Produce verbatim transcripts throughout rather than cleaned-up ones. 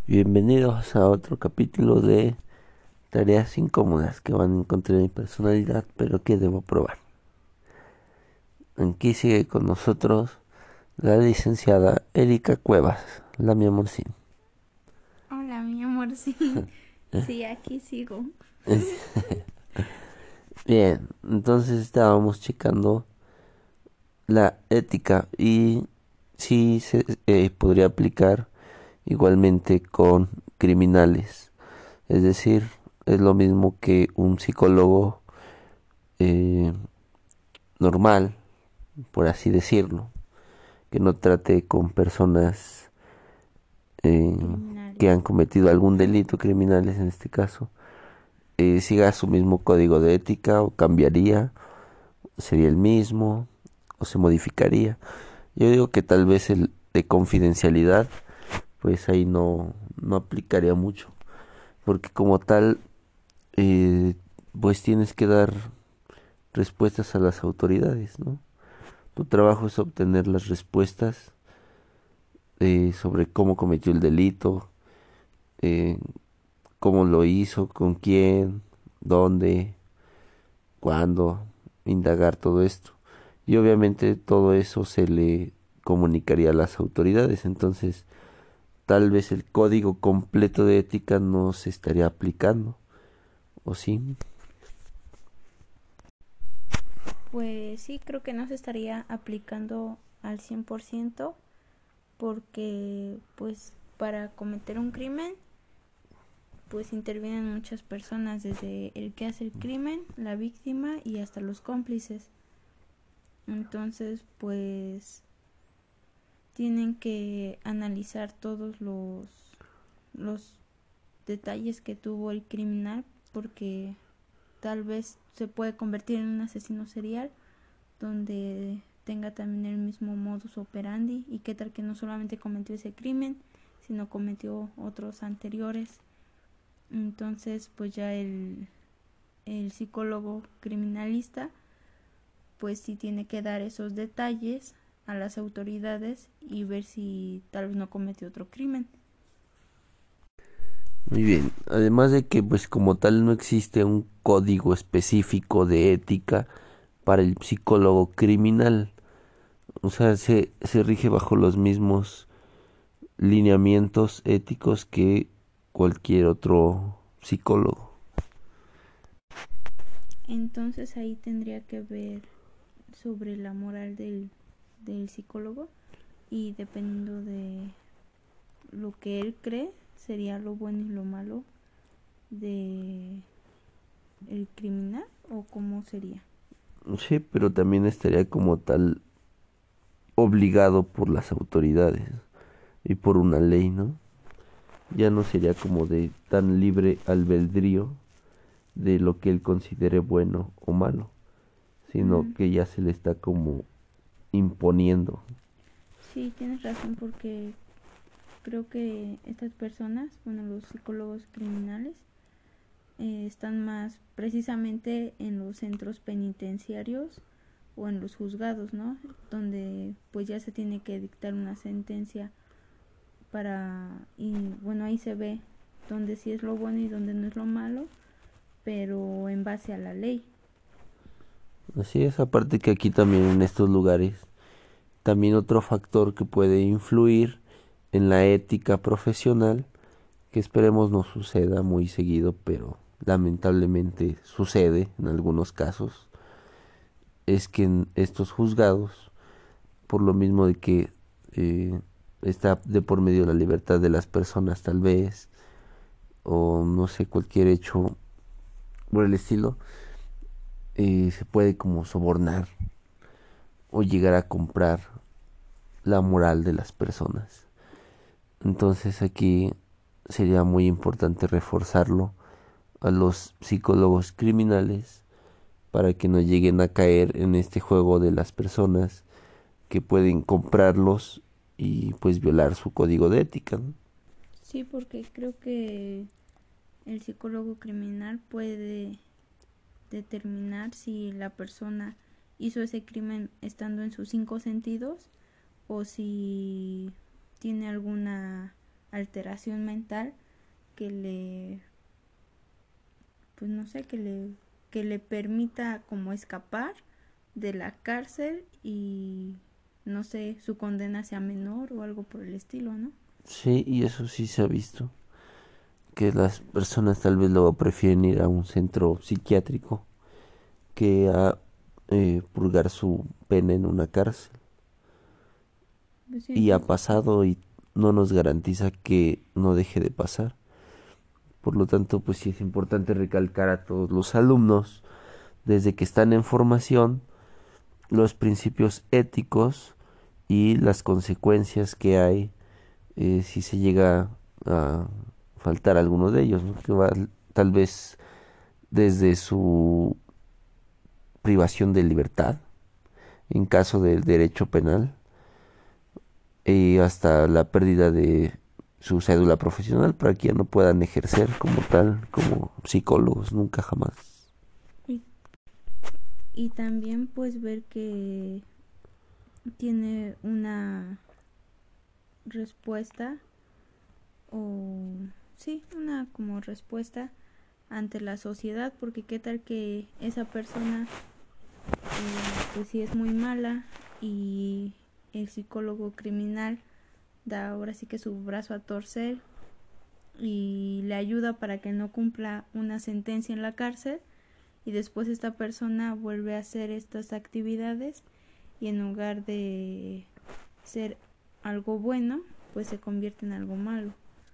Bienvenidos a otro capítulo de tareas incómodas que van en contra de mi personalidad, pero que debo probar. Aquí sigue con nosotros la licenciada Erika Cuevas, la mi amorcín. Hola, mi amor, sí. Sí, aquí sigo. Bien, entonces estábamos checando la ética y si se eh, podría aplicar igualmente con criminales. Es decir, es lo mismo que un psicólogo eh, normal, por así decirlo, que no trate con personas eh, que Criminales. han cometido algún delito, criminales en este caso, eh, siga su mismo código de ética o cambiaría, sería el mismo o se modificaría. Yo digo que tal vez el de confidencialidad, pues ahí no, no aplicaría mucho, porque como tal, eh, pues tienes que dar respuestas a las autoridades, ¿no? Tu trabajo es obtener las respuestas eh, sobre cómo cometió el delito, eh, cómo lo hizo, con quién, dónde, cuándo, indagar todo esto. Y obviamente todo eso se le comunicaría a las autoridades. Entonces, tal vez el código completo de ética no se estaría aplicando. ¿O sí? Pues sí, creo que no se estaría aplicando al cien por ciento porque pues para cometer un crimen pues intervienen muchas personas, desde el que hace el crimen, la víctima y hasta los cómplices. Entonces pues tienen que analizar todos los, los detalles que tuvo el criminal, porque tal vez se puede convertir en un asesino serial donde tenga también el mismo modus operandi, y qué tal que no solamente cometió ese crimen sino cometió otros anteriores. Entonces pues ya el, el psicólogo criminalista pues sí tiene que dar esos detalles a las autoridades y ver si tal vez no cometió otro crimen. Muy bien. Además de que, pues como tal, no existe un código específico de ética para el psicólogo criminal. O sea, se, se rige bajo los mismos lineamientos éticos que cualquier otro psicólogo. Entonces ahí tendría que ver sobre la moral del, del psicólogo, y dependiendo de lo que él cree sería lo bueno y lo malo de el criminal, o cómo sería. Sí, pero también estaría como tal obligado por las autoridades y por una ley, ¿no? Ya no sería como de tan libre albedrío de lo que él considere bueno o malo, sino Mm, que ya se le está como imponiendo. sí, tienes razón, porque creo que estas personas, bueno, los psicólogos criminales, eh, están más precisamente en los centros penitenciarios o en los juzgados, ¿no? Donde pues ya se tiene que dictar una sentencia para, y bueno, ahí se ve donde sí es lo bueno y donde no es lo malo, pero en base a la ley. Así es, aparte que aquí también en estos lugares, también otro factor que puede influir en la ética profesional, que esperemos no suceda muy seguido, pero lamentablemente sucede en algunos casos, es que en estos juzgados, por lo mismo de que eh, está de por medio la libertad de las personas tal vez, o no sé, cualquier hecho por el estilo, eh, se puede como sobornar o llegar a comprar la moral de las personas. Entonces aquí sería muy importante reforzarlo a los psicólogos criminales para que no lleguen a caer en este juego de las personas que pueden comprarlos y pues violar su código de ética, ¿no? Sí, porque creo que el psicólogo criminal puede determinar si la persona hizo ese crimen estando en sus cinco sentidos, o si tiene alguna alteración mental que le, pues no sé, que le, que le permita como escapar de la cárcel y no sé, su condena sea menor o algo por el estilo, ¿no? Sí, y eso sí se ha visto, que las personas tal vez luego prefieren ir a un centro psiquiátrico que a eh, purgar su pena en una cárcel. Pues sí, Y ha entonces sí. pasado y no nos garantiza que no deje de pasar. Por lo tanto, pues sí es importante recalcar a todos los alumnos, desde que están en formación, los principios éticos y las consecuencias que hay eh, si se llega a faltar alguno de ellos, ¿no? Que va tal vez desde su privación de libertad, en caso del derecho penal, y hasta la pérdida de su cédula profesional para que ya no puedan ejercer como tal, como psicólogos, nunca jamás. Y, y también pues ver que tiene una respuesta o sí, una como respuesta ante la sociedad, porque qué tal que esa persona eh, pues sí es muy mala y el psicólogo criminal da ahora sí que su brazo a torcer y le ayuda para que no cumpla una sentencia en la cárcel y después esta persona vuelve a hacer estas actividades y en lugar de ser algo bueno pues se convierte en algo malo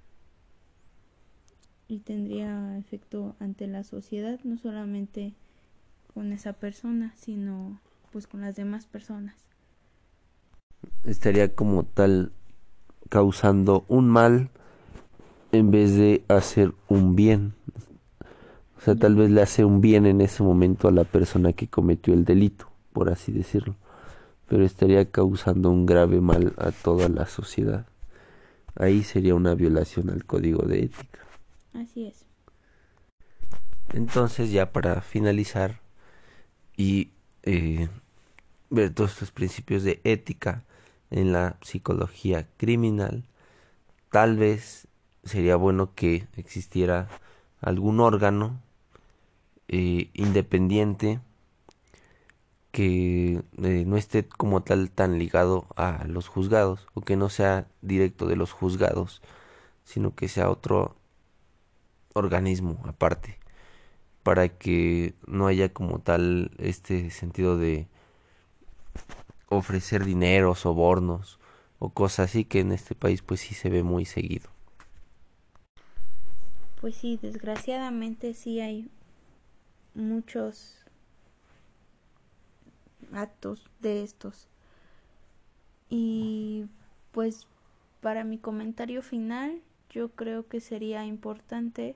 y tendría efecto ante la sociedad, no solamente con esa persona sino pues con las demás personas. Estaría como tal causando un mal en vez de hacer un bien. O sea, tal vez le hace un bien en ese momento a la persona que cometió el delito, por así decirlo, pero estaría causando un grave mal a toda la sociedad. Ahí sería una violación al código de ética. Así es. Entonces, ya para finalizar y eh, ver todos estos principios de ética en la psicología criminal, tal vez sería bueno que existiera algún órgano eh, independiente que eh, no esté como tal tan ligado a los juzgados o que no sea directo de los juzgados, sino que sea otro organismo aparte para que no haya como tal este sentido de ofrecer dinero, sobornos o cosas así que en este país pues sí se ve muy seguido. Pues sí, desgraciadamente sí hay muchos actos de estos. Y pues para mi comentario final, yo creo que sería importante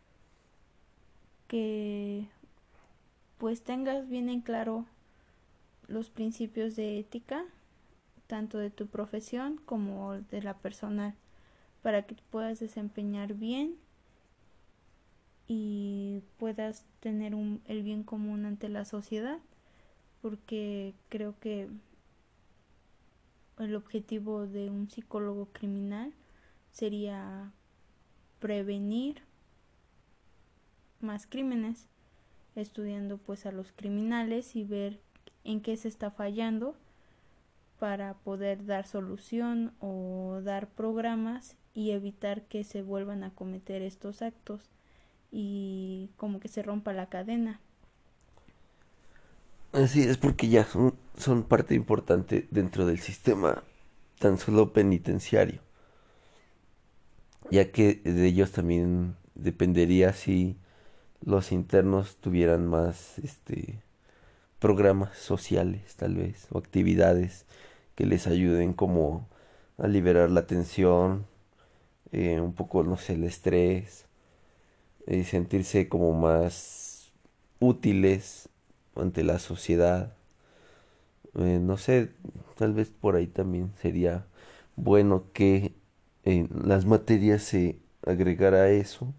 que pues tengas bien en claro los principios de ética, tanto de tu profesión como de la personal, para que puedas desempeñar bien y puedas tener un, el bien común ante la sociedad, porque creo que el objetivo de un psicólogo criminal sería prevenir más crímenes, estudiando pues a los criminales y ver en qué se está fallando para poder dar solución o dar programas y evitar que se vuelvan a cometer estos actos y como que se rompa la cadena. Así es porque ya son, son parte importante dentro del sistema tan solo penitenciario, ya que de ellos también dependería si los internos tuvieran más este programas sociales tal vez o actividades que les ayuden como a liberar la tensión, eh, un poco no sé el estrés, y sentirse como más útiles ante la sociedad. Eh, no sé, tal vez por ahí también sería bueno que en las materias se agregara eso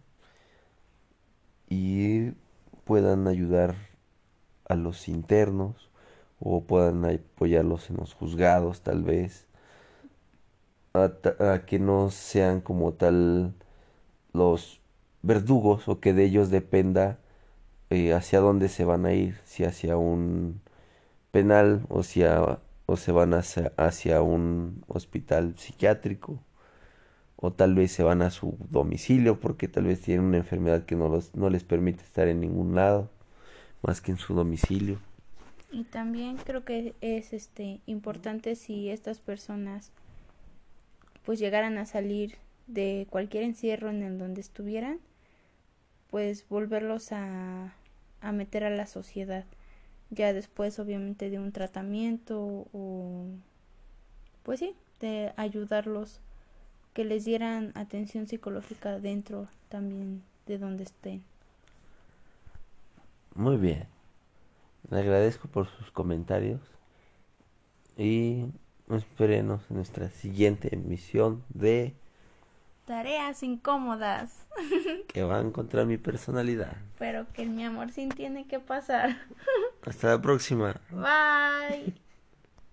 y puedan ayudar a los internos o puedan apoyarlos en los juzgados tal vez a, ta- a que no sean como tal los verdugos o que de ellos dependa eh, hacia dónde se van a ir, si hacia un penal o, si a- o se van hacia, hacia un hospital psiquiátrico o tal vez se van a su domicilio porque tal vez tienen una enfermedad que no, los, no les permite estar en ningún lado más que en su domicilio. Y también creo que es este importante si estas personas pues llegaran a salir de cualquier encierro en el donde estuvieran, pues volverlos a, a meter a la sociedad. Ya después obviamente de un tratamiento o pues sí, de ayudarlos, que les dieran atención psicológica dentro también de donde estén. Muy bien, le agradezco por sus comentarios y espérenos en nuestra siguiente emisión de Tareas incómodas, que va a encontrar mi personalidad. pero que mi amor sí tiene que pasar. Hasta la próxima. Bye.